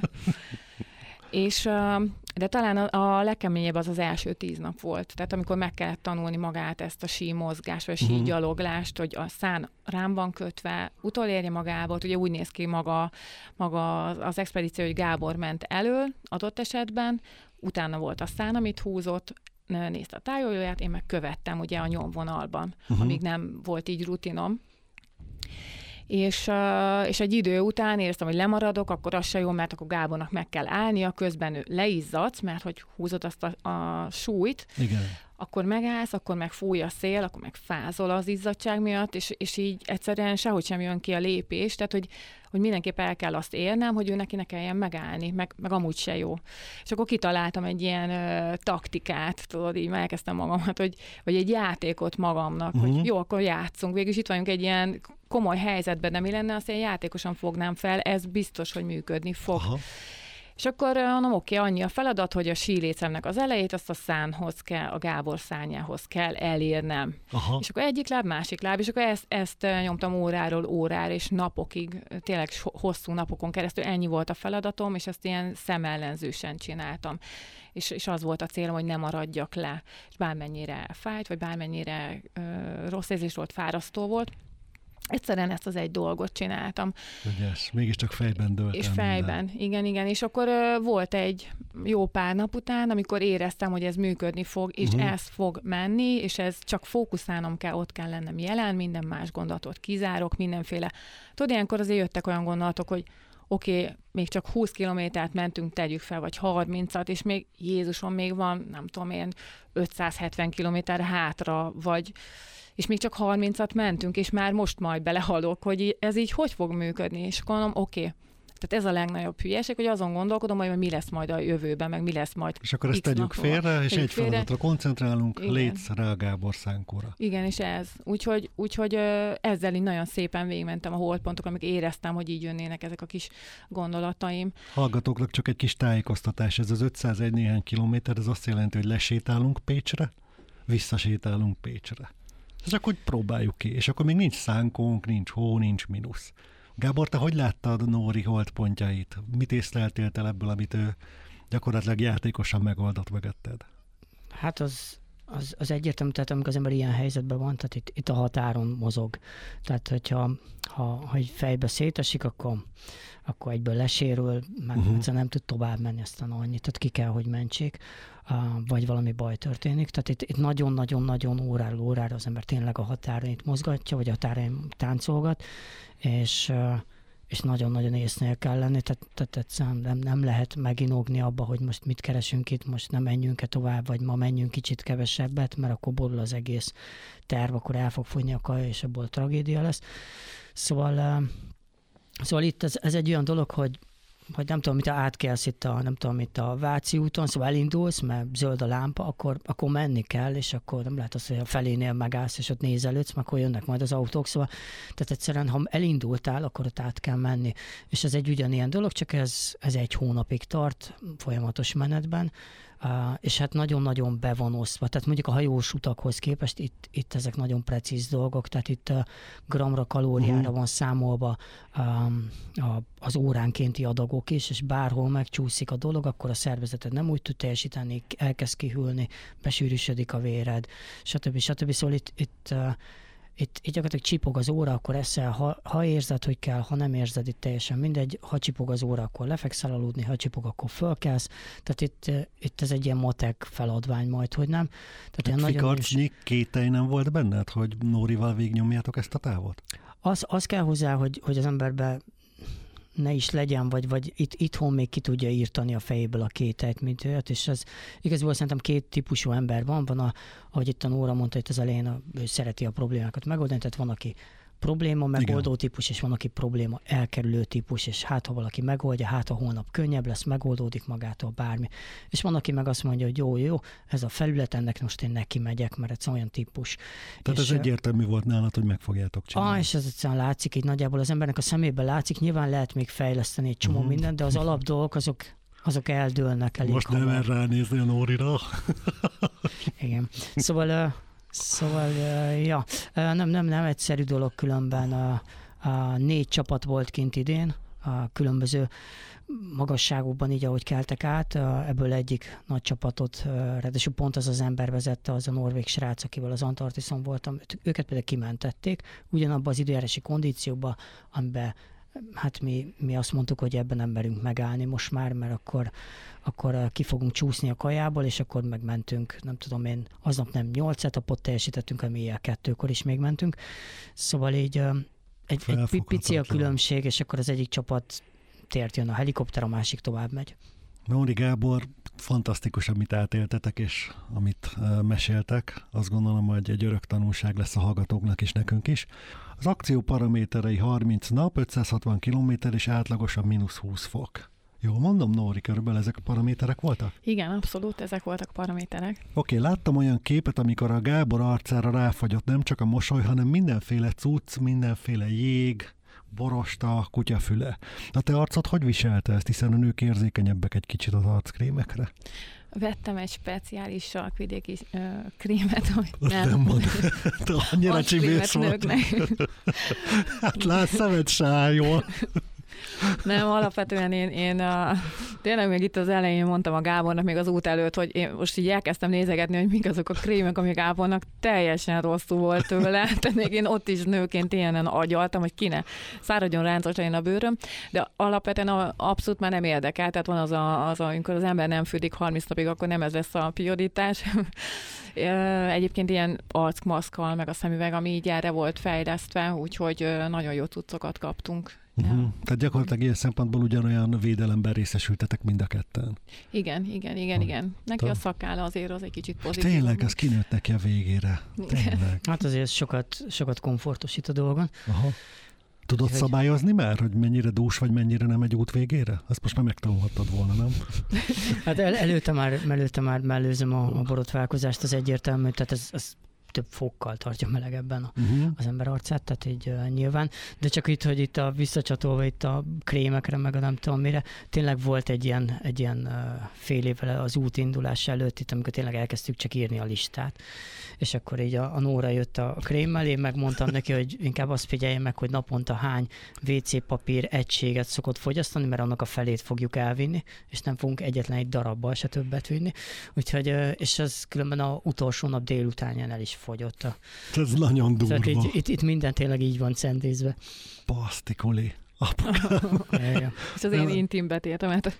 C: És, de talán a, a legkeményebb az az első tíz nap volt. Tehát amikor meg kellett tanulni magát ezt a sí mozgást, vagy a sí gyaloglást, hogy a szán rám van kötve, utolérje magából. Ugye úgy néz ki maga, maga az expedíció, hogy Gábor ment elől adott esetben, utána volt a szán, amit húzott, nézte a tájolóját, én meg követtem ugye a nyomvonalban, uh-huh. amíg nem volt így rutinom. És, uh, és egy idő után éreztem, hogy lemaradok, akkor az se jó, mert akkor Gábornak meg kell állnia, közben ő leizzadsz, mert hogy húzod azt a, a súlyt,
A: igen.
C: akkor megállsz, akkor meg fúj a szél, akkor meg fázol az izzadság miatt, és, és így egyszerűen sehogy sem jön ki a lépés, tehát hogy, hogy mindenképp el kell azt érnem, hogy ő neki ne kelljen megállni, meg, meg amúgy se jó. És akkor kitaláltam egy ilyen ö, taktikát, tudod, így elkezdtem magamat, hogy, vagy egy játékot magamnak, uh-huh. hogy jó, akkor játszunk, végülis itt vagyunk egy ilyen komoly helyzetben, de mi lenne, azt én játékosan fognám fel, ez biztos, hogy működni fog. Aha. És akkor mondom, oké, annyi a feladat, hogy a sílécemnek az elejét, azt a szánhoz kell, a Gábor szárnyához kell elérnem. Aha. És akkor egyik láb, másik láb, és akkor ezt, ezt nyomtam óráról órára, és napokig, tényleg hosszú napokon keresztül ennyi volt a feladatom, és ezt ilyen szemellenzősen csináltam. És, és az volt a célom, hogy ne maradjak le. És bármennyire fájt, vagy bármennyire ö, rossz érzés volt, fárasztó volt, egyszerűen ezt az egy dolgot csináltam.
A: Ügyes, mégiscsak fejben dőltem.
C: És fejben, minden. igen, igen. És akkor uh, volt egy jó pár nap után, amikor éreztem, hogy ez működni fog, és uh-huh. ez fog menni, és ez csak fókuszálnom kell, ott kell lennem jelen, minden más gondolatot kizárok, mindenféle. Tudod, ilyenkor azért jöttek olyan gondolatok, hogy oké, okay, még csak húsz kilométert mentünk, tegyük fel, vagy harmincat, és még Jézusom, még van, nem tudom én, ötszázhetven kilométer hátra, vagy és még csak harmincat mentünk, és már most majd belehalok, hogy ez így hogy fog működni, és akkor mondom, oké. Okay. Tehát ez a legnagyobb hülyeség, hogy azon gondolkodom, hogy mi lesz majd a jövőben, meg mi lesz majd.
A: És akkor ezt tegyük félre, és egy
C: félre.
A: feladatra koncentrálunk, létsz rá a Gábor szánkóra.
C: Igen, és ez. Úgyhogy, úgyhogy ezzel így nagyon szépen végigmentem a holdpontok, amik éreztem, hogy így jönnének ezek a kis gondolataim.
A: Hallgatóknak csak egy kis tájékoztatás, ez az ötszázegy néhány kilométer, ez azt jelenti, hogy lesétálunk Pécsre, visszasétálunk Pécsre. Csak hogy próbáljuk ki, és akkor még nincs szánkónk, nincs hó, nincs mínusz. Gábor, te hogy láttad Nóri holdpontjait? Mit észleltél te ebből, amit ő gyakorlatilag játékosan megoldott mögötted?
B: Hát az, az, az egyértelmű, tehát amikor az ember ilyen helyzetben van, tehát itt, itt a határon mozog. Tehát, hogyha ha, ha egy fejbe szétesik, akkor, akkor egyből lesérül, meg uh-huh. egyszerűen nem tud tovább menni, aztán annyit, tehát ki kell, hogy mentsék, uh, vagy valami baj történik. Tehát itt, itt nagyon-nagyon-nagyon óráról órára az ember tényleg a határon itt mozgatja, vagy a határon táncolgat, és, uh, és nagyon-nagyon észnél kell lenni, tehát, tehát egyszerűen nem, nem lehet meginogni abba, hogy most mit keresünk itt, most nem menjünk-e tovább, vagy ma menjünk kicsit kevesebbet, mert akkor borul az egész terv, akkor el fog fogyni a kaja, és abból tragédia lesz. Szóval, uh, szóval itt ez, ez egy olyan dolog, hogy hogy nem tudom, mit átkelsz itt a, nem tudom, itt a Váci úton, szóval elindulsz, mert zöld a lámpa, akkor, akkor menni kell, és akkor nem lehet az, hogy a felénél megállsz, és ott nézelődsz, mert akkor jönnek majd az autók, szóval tehát egyszerűen, ha elindultál, akkor ott át kell menni. És ez egy ugyanilyen dolog, csak ez, ez egy hónapig tart, folyamatos menetben, Uh, és hát nagyon-nagyon be van osztva. Tehát mondjuk a hajós utakhoz képest itt, itt ezek nagyon precíz dolgok, tehát itt uh, gramra, kalóriára uh-huh. van számolva um, a, az óránkénti adagok is, és bárhol megcsúszik a dolog, akkor a szervezeted nem úgy tud teljesíteni, elkezd kihűlni, besűrűsödik a véred, stb. stb. Szóval itt, itt uh, itt, itt gyakorlatilag csipog az óra, akkor eszel, ha, ha érzed, hogy kell, ha nem érzed, itt teljesen mindegy, ha csipog az óra, akkor lefekszel aludni, ha csipog, akkor fölkelsz, tehát itt, itt ez egy ilyen matek feladvány majd, hogy nem.
A: Tehát hát fikarcnyi is... kételj nem volt benned, hogy Nórival végignyomjátok ezt a távot?
B: Az, az kell hozzá, hogy, hogy az emberben ne is legyen, vagy, vagy itt, itthon még ki tudja írtani a fejéből a kételyt, mint olyat, és az igazából szerintem két típusú ember van, van a, ahogy itt a Nóra mondta itt az elején, a, ő szereti a problémákat megoldani, tehát van, aki probléma megoldó Igen. típus, és van, aki probléma elkerülő típus, és hát ha valaki megoldja, hát ha holnap könnyebb lesz, megoldódik magától bármi. És van, aki meg azt mondja, hogy jó, jó, ez a felület, ennek most én neki megyek, mert ez olyan típus.
A: Tehát és ez egyértelmű volt nálad, hogy meg fogjátok csinálni.
B: Ah, és ez egyszerűen látszik, így nagyjából az embernek a szemében látszik, nyilván lehet még fejleszteni egy csomó uh-huh. mindent, de az alapdolgok azok, azok eldőlnek elég
A: Most nem el ránézni a Nórira.
B: Igen. Szóval... Szóval, ja, nem, nem, nem egyszerű dolog, különben a, a négy csapat volt kint idén, a különböző magasságokban így, ahogy keltek át, ebből egyik nagy csapatot, ráadásul pont az az ember vezette, az a norvég srác, akivel az Antarktiszon voltam, őket például kimentették, ugyanabban az időjárási kondícióban, amiben hát mi, mi azt mondtuk, hogy ebben nem merünk megállni most már, mert akkor, akkor ki fogunk csúszni a kajából, és akkor megmentünk, nem tudom én, aznap nem nyolc etapot teljesítettünk, hanem éjjel kettőkor is még mentünk. Szóval így egy, egy pici a különbség, és akkor az egyik csapat tért jön a helikopter, a másik tovább megy.
A: Nóri Gábor, fantasztikus, amit átéltetek, és amit uh, meséltek. Azt gondolom, hogy egy örök tanulság lesz a hallgatóknak és nekünk is. Az akció paraméterei harminc nap, ötszázhatvan kilométer és átlagosan mínusz húsz fok. Jól mondom, Nóri, körülbelül ezek a paraméterek voltak?
C: Igen, abszolút, ezek voltak a paraméterek.
A: Oké, okay, láttam olyan képet, amikor a Gábor arcára ráfagyott nem csak a mosoly, hanem mindenféle cucc, mindenféle jég, borosta, kutyafüle. A te arcod hogy viselte ezt, hiszen a nők érzékenyebbek egy kicsit az arckrémekre?
C: Vettem egy speciális sarkvidéki uh, krémet, hogy
A: nem. Nem mond. Te annyira csibész volt. Hát látsz, szemed sárjól.
C: Nem, alapvetően én, én a, tényleg még itt az elején mondtam a Gábornak még az út előtt, hogy én most így elkezdtem nézegetni, hogy mik azok a krémek, amik Gábornak teljesen rosszul volt tőle. Tehát még én ott is nőként ilyen agyaltam, hogy ki ne száradjon ráncos legyen a bőröm, de alapvetően a, abszolút már nem érdekel. Tehát van az, a, az a, amikor az ember nem fürdik harminc napig, akkor nem ez lesz a prioritás. Egyébként ilyen arcmaszkkal, meg a szemüveg, ami így erre volt fejlesztve, úgyhogy nagyon jó cuccokat kaptunk.
A: Uh-huh. Ja. Tehát gyakorlatilag ilyen szempontból ugyanolyan védelemben részesültetek mind a ketten.
C: Igen, igen, igen, ha. igen. Neki a szakála azért az egy kicsit pozitív.
A: Tényleg, ez kinőtt neki a végére. Tényleg.
B: Hát azért sokat, sokat komfortosít a dolgon.
A: Aha. Tudod hogy... szabályozni már, hogy mennyire dús vagy mennyire nem egy út végére? Azt most már megtanulhattad volna, nem?
B: Hát el, előtte, már, előtte már mellőzöm a, a borotválkozást, az egyértelmű, tehát ez, ez több fokkal tartja melegebben a, uh-huh. az ember arcát, tehát így uh, nyilván. De csak itt, hogy itt a visszacsatolva itt a krémekre, meg a nem tudom mire, tényleg volt egy ilyen, egy ilyen uh, fél évvel az út indulás előtt, itt, amikor tényleg elkezdtük csak írni a listát. És akkor így a, a Nóra jött a krémmel, én megmondtam neki, hogy inkább azt figyelje meg, hogy naponta hány vé cé papír egységet szokott fogyasztani, mert annak a felét fogjuk elvinni, és nem fogunk egyetlen egy darabbal se többet vinni. Úgyhogy, és az különben a utolsó nap délutánján el is fogyott. A...
A: Ez nagyon durva.
B: Tehát itt, itt, itt minden tényleg így van centézve.
A: Basztikoli.
C: És az én intim betétemet.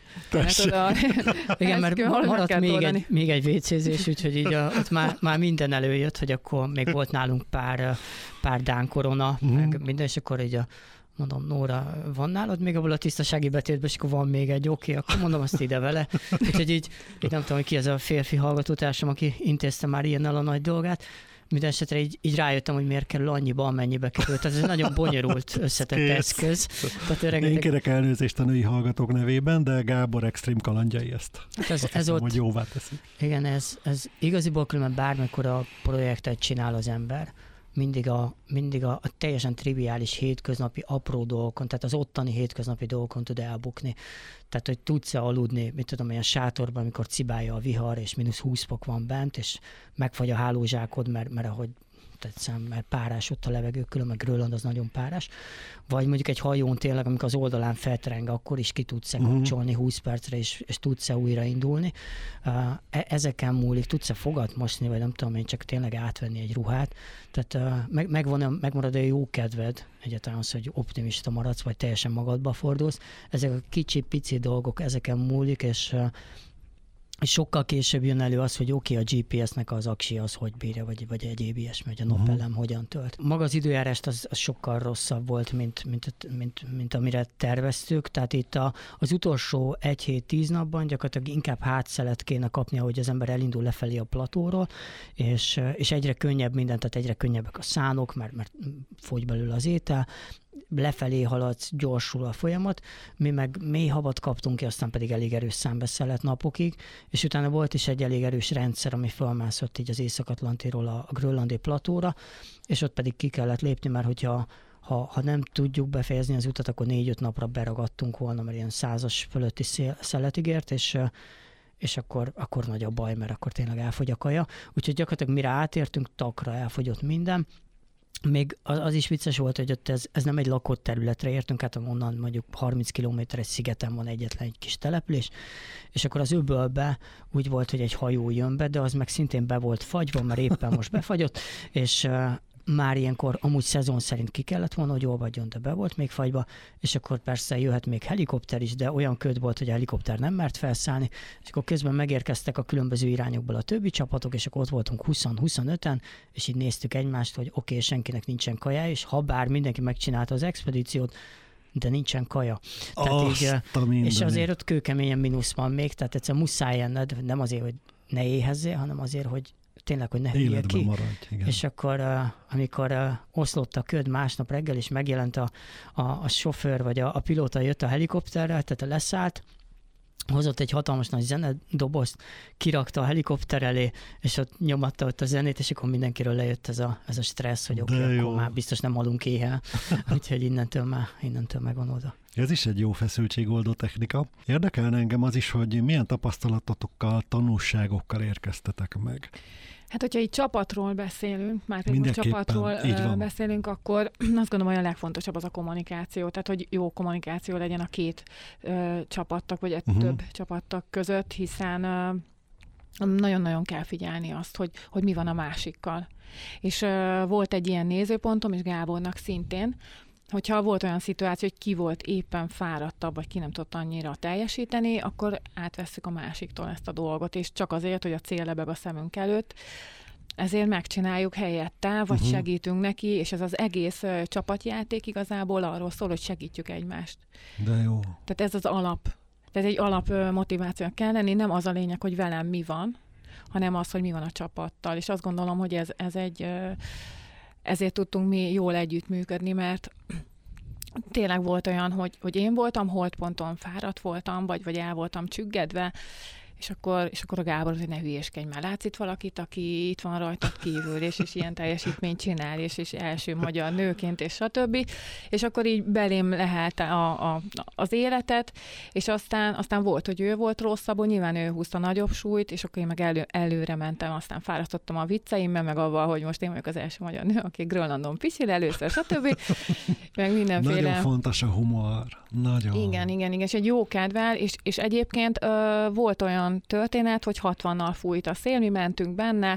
B: Igen, mert maradt még egy, még egy vécézés, úgyhogy így a, ott már, már minden előjött, hogy akkor még volt nálunk pár, pár Dán korona, mm. meg minden, és akkor így a mondom, Nóra, van nálad még abból a tisztasági betétben, és akkor van még egy, oké, okay, akkor mondom azt ide vele. Úgyhogy így, így nem tudom, hogy ki az a férfi hallgatótársam, aki intézte már ilyennel a nagy dolgát. Minden esetre így, így rájöttem, hogy miért kerül annyiba, amennyibe került. Tehát ez egy nagyon bonyolult, összetett Kész. eszköz.
A: Tehát rengeteg... Én kérek elnézést a női hallgatók nevében, de Gábor extrém kalandjai ezt. Hát ez, ez hiszem, ott, hogy jóvá teszik.
B: Igen, ez, ez igaziból különben bármikor a projektet csinál az ember, mindig a, mindig a, a teljesen triviális hétköznapi apró dolgokon, tehát az ottani hétköznapi dolgokon tud elbukni. Tehát, hogy tudsz-e aludni, mit tudom, olyan sátorban, amikor cibálja a vihar, és mínusz húsz fok van bent, és megfagy a hálózsákod, mert, mert ahogy egyszerűen, mert párás ott a levegő, külön meg Grönland az nagyon párás. Vagy mondjuk egy hajón tényleg, amikor az oldalán feltereng, akkor is ki tudsz-e kapcsolni húsz percre, és, és tudsz-e újraindulni. E- ezeken múlik, tudsz-e fogat mosni, vagy nem tudom én, csak tényleg átvenni egy ruhát. Tehát meg, megvan, megmarad a jó kedved, egyáltalán az, hogy optimista maradsz, vagy teljesen magadba fordulsz. Ezek a kicsi, pici dolgok, ezeken múlik, és és sokkal később jön elő az, hogy oké, okay, a gé pé es-nek az aksi az hogy bírja, vagy, vagy egyéb ilyesmi, hogy a napelem uh-huh. hogyan tölt. Maga az időjárást az, az sokkal rosszabb volt, mint, mint, mint, mint amire terveztük, tehát itt a, az utolsó egy hét, tíz napban gyakorlatilag inkább hátszelet kéne kapni, ahogy az ember elindul lefelé a platóról, és, és egyre könnyebb minden, tehát egyre könnyebbek a szánok, mert, mert fogy belőle az étel, lefelé haladsz, gyorsul a folyamat, mi meg mély havat kaptunk ki, aztán pedig elég erős számbeszelet napokig, és utána volt is egy elég erős rendszer, ami felmászott így az Észak-Atlantiról a, a grönlandi platóra, és ott pedig ki kellett lépni, mert hogyha ha, ha nem tudjuk befejezni az utat, akkor négy-öt napra beragadtunk volna, mert ilyen százas fölötti szelet ígért, és és akkor, akkor nagy a baj, mert akkor tényleg elfogy a kaja. Úgyhogy gyakorlatilag mire átértünk, takra elfogyott minden. Még az, az is vicces volt, hogy ott ez, ez nem egy lakott területre értünk, hát onnan mondjuk harminc kilométeres szigeten van egyetlen egy kis település, és akkor az öbölbe úgy volt, hogy egy hajó jön be, de az meg szintén be volt fagyva, mert éppen most befagyott, és uh, már ilyenkor amúgy szezon szerint ki kellett volna, hogy olvadjon, de be volt még fagyva, és akkor persze jöhet még helikopter is, de olyan köd volt, hogy a helikopter nem mert felszállni, és akkor közben megérkeztek a különböző irányokból a többi csapatok, és akkor ott voltunk húsz-huszonöten, és így néztük egymást, hogy oké, okay, senkinek nincsen kaja, és ha bár mindenki megcsinálta az expedíciót, de nincsen kaja. Tehát így, és azért ott kőkeményen mínusz van még, tehát egyszer muszáj enned, nem azért, hogy ne éhezzél, hanem azért, hogy tényleg, hogy ne hűljél ki.
A: Maradj, igen.
B: És akkor, uh, amikor uh, oszlott a köd másnap reggel, és megjelent a, a, a sofőr, vagy a, a pilóta jött a helikopterrel, tehát leszállt, hozott egy hatalmas nagy zenedobozt, kirakta a helikopter elé, és ott nyomatta ott a zenét, és akkor mindenkiről lejött ez a, ez a stressz, hogy oké, okay, akkor már biztos nem halunk éhen. Úgyhogy innentől már, innentől megvan oda.
A: Ez is egy jó feszültségoldó technika. Érdekelne engem az is, hogy milyen tapasztalatokkal, tanulságokkal érkeztetek meg.
C: Hát, hogyha így csapatról beszélünk, már pedig most csapatról beszélünk, akkor azt gondolom, hogy a legfontosabb az a kommunikáció. Tehát, hogy jó kommunikáció legyen a két ö, csapattag, vagy egy uh-huh. több csapattag között, hiszen ö, nagyon-nagyon kell figyelni azt, hogy, hogy mi van a másikkal. És ö, volt egy ilyen nézőpontom, és Gábornak szintén, hogyha volt olyan szituáció, hogy ki volt éppen fáradtabb, vagy ki nem tudott annyira teljesíteni, akkor átvesszük a másiktól ezt a dolgot, és csak azért, hogy a cél lebeg a szemünk előtt, ezért megcsináljuk helyette, vagy uh-huh. segítünk neki, és ez az egész uh, csapatjáték igazából arról szól, hogy segítjük egymást.
A: De jó.
C: Tehát ez az alap. Tehát egy alap uh, motivációnak kell lenni, nem az a lényeg, hogy velem mi van, hanem az, hogy mi van a csapattal. És azt gondolom, hogy ez, ez egy... Uh, ezért tudtunk mi jól együttműködni, mert tényleg volt olyan, hogy, hogy én voltam holdponton, fáradt voltam, vagy, vagy el voltam csüggedve, és akkor, és akkor a Gábor, hogy ne hülyéskedj már, látsz itt valakit, aki itt van rajtad kívül, és, és ilyen teljesítményt csinál, és, és első magyar nőként, és stb. És akkor így belém lehet a, a, az életet, és aztán, aztán volt, hogy ő volt rosszabbul, nyilván ő húzta nagyobb súlyt, és akkor én meg elő, előre mentem, aztán fárasztottam a vicceimmel, meg avval, hogy most én vagyok az első magyar nő, aki Grönlandon pisil először, stb. Meg mindenféle.
A: Nagyon fontos a humor. Nagyon.
C: Igen, igen, igen, és egy jó kedvel, és, és egyébként ö, volt olyan történet, hogy hatvannal fújt a szél, mi mentünk benne,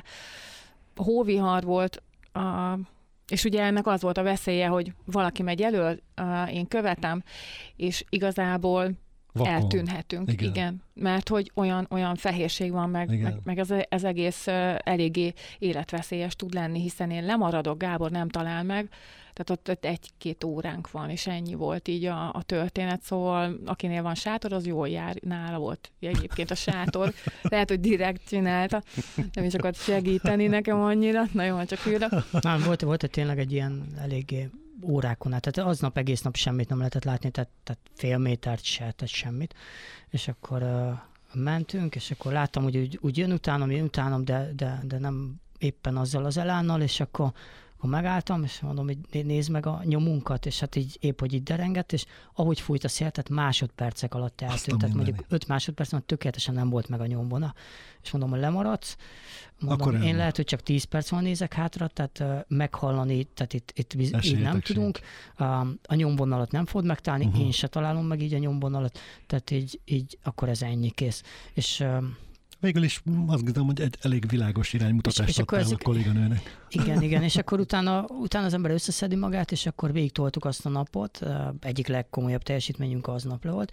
C: hóvihar volt, uh, és ugye ennek az volt a veszélye, hogy valaki megy elől, uh, én követem, és igazából vakon. Eltűnhetünk. Igen. igen. Mert hogy olyan, olyan fehérség van, meg, meg, meg ez, ez egész uh, eléggé életveszélyes tud lenni, hiszen én lemaradok, Gábor nem talál meg, tehát ott, ott egy-két óránk van, és ennyi volt így a, a történet, szóval akinél van sátor, az jól jár, nála volt egyébként a sátor, lehet, hogy direkt csinálta, nem is akart segíteni nekem annyira, na jó, csak hűlök.
B: Nem, volt, volt tényleg egy ilyen eléggé órákon át, tehát aznap egész nap semmit nem lehetett látni, tehát, tehát fél métert se, tehát semmit, és akkor uh, mentünk, és akkor láttam, hogy úgy, úgy jön utánam, jön utánam, de, de, de nem éppen azzal az elánnal, és akkor akkor megálltam, és mondom, hogy nézd meg a nyomunkat, és hát így épp, hogy itt derengett, és ahogy fújt a szél, tehát másodpercek alatt eltűnt, tehát mondjuk öt másodpercen tökéletesen nem volt meg a nyomvona. És mondom, hogy lemaradsz, mondom, akkor én lehet, hogy csak tíz perc van nézek hátra, tehát uh, meghallani, tehát itt, itt így nem tudunk. Uh, a nyomvonalat nem fogod megtalálni, uh-huh. én se találom meg így a nyomvonalat, tehát így, így akkor ez ennyi, kész. És uh,
A: végül is azt gondolom, hogy egy elég világos iránymutatást adtál a kolléganőnek.
B: Igen, igen, és akkor utána, utána az ember összeszedi magát, és akkor végigtoltuk azt a napot, egyik legkomolyabb teljesítményünk aznap volt,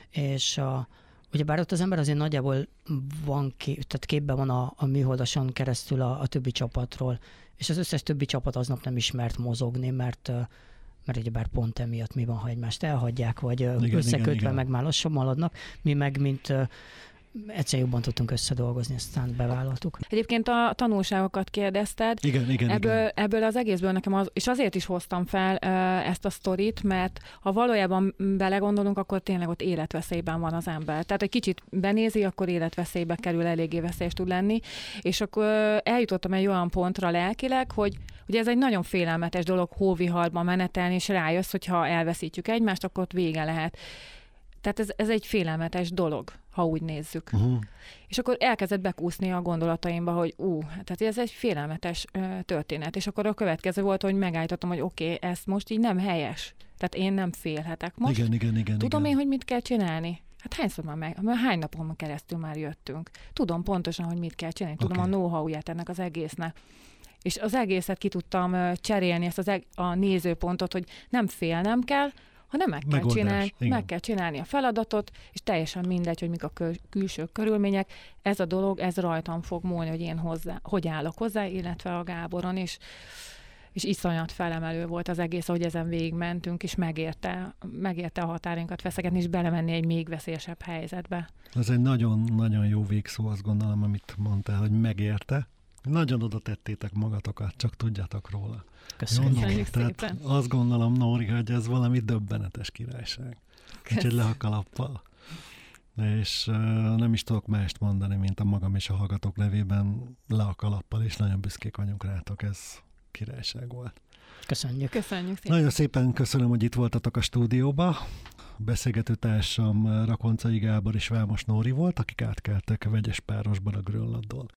B: és a, ugyebár ott az ember azért nagyjából van, kép, tehát képben van a, a műholdason keresztül a, a többi csapatról, és az összes többi csapat aznap nem ismert mozogni, mert mert ugyebár pont emiatt mi van, ha egymást elhagyják, vagy igen, összekötve igen, igen. meg már lassan maradnak, mi meg, mint egyszer jobban tudtunk összedolgozni, aztán bevállaltuk.
C: Egyébként a tanulságokat kérdezted.
A: Igen, igen,
C: ebből,
A: igen.
C: Ebből az egészből nekem az, és azért is hoztam fel uh, ezt a sztorit, mert ha valójában belegondolunk, akkor tényleg ott életveszélyben van az ember. Tehát egy kicsit benézi, akkor életveszélybe kerül, eléggé veszélyes tud lenni. És akkor uh, eljutottam egy olyan pontra lelkileg, hogy ugye ez egy nagyon félelmetes dolog hóviharban menetelni, és rájössz, hogy ha elveszítjük egymást, akkor ott vége lehet. Tehát ez, ez egy félelmetes dolog, ha úgy nézzük. Uh-huh. És akkor elkezdett bekúszni a gondolataimba, hogy ú, tehát ez egy félelmetes ö, történet. És akkor a következő volt, hogy megállítottam, hogy oké, okay, ez most így nem helyes. Tehát én nem félhetek most.
A: Igen, igen, igen.
C: Tudom
A: igen.
C: én, hogy mit kell csinálni? Hát hányszor már meg, hány napon keresztül már jöttünk. Tudom pontosan, hogy mit kell csinálni. Tudom okay. a know-how-ját ennek az egésznek. És az egészet ki tudtam ö, cserélni, ezt az eg- a nézőpontot, hogy nem félnem kell, hanem meg kell, csinálni, meg kell csinálni a feladatot, és teljesen mindegy, hogy mik a kül- külső körülmények. Ez a dolog, ez rajtam fog múlni, hogy én hozzá, hogy állok hozzá, illetve a Gáboron is. És iszonyat felemelő volt az egész, hogy ezen végigmentünk, és megérte, megérte a határainkat feszegetni, és belemenni egy még veszélyesebb helyzetbe.
A: Ez egy nagyon-nagyon jó végszó, azt gondolom, amit mondtál, hogy megérte. Nagyon oda tettétek magatokat, csak tudjatok róla.
B: Köszönjük
C: szépen.
A: Azt gondolom, Nóri, hogy ez valami döbbenetes királyság. Úgyhogy le a kalappal. És uh, nem is tudok mást mondani, mint a magam és a hallgatók nevében le a kalappal, és nagyon büszkék vagyunk rátok, ez királyság volt.
B: Köszönjük.
C: Köszönjük szépen.
A: Nagyon szépen köszönöm, hogy itt voltatok a stúdióba. Beszélgető társam Rakoncai Gábor és Vámos Nóri volt, akik átkeltek vegyes párosban a Grönlandon.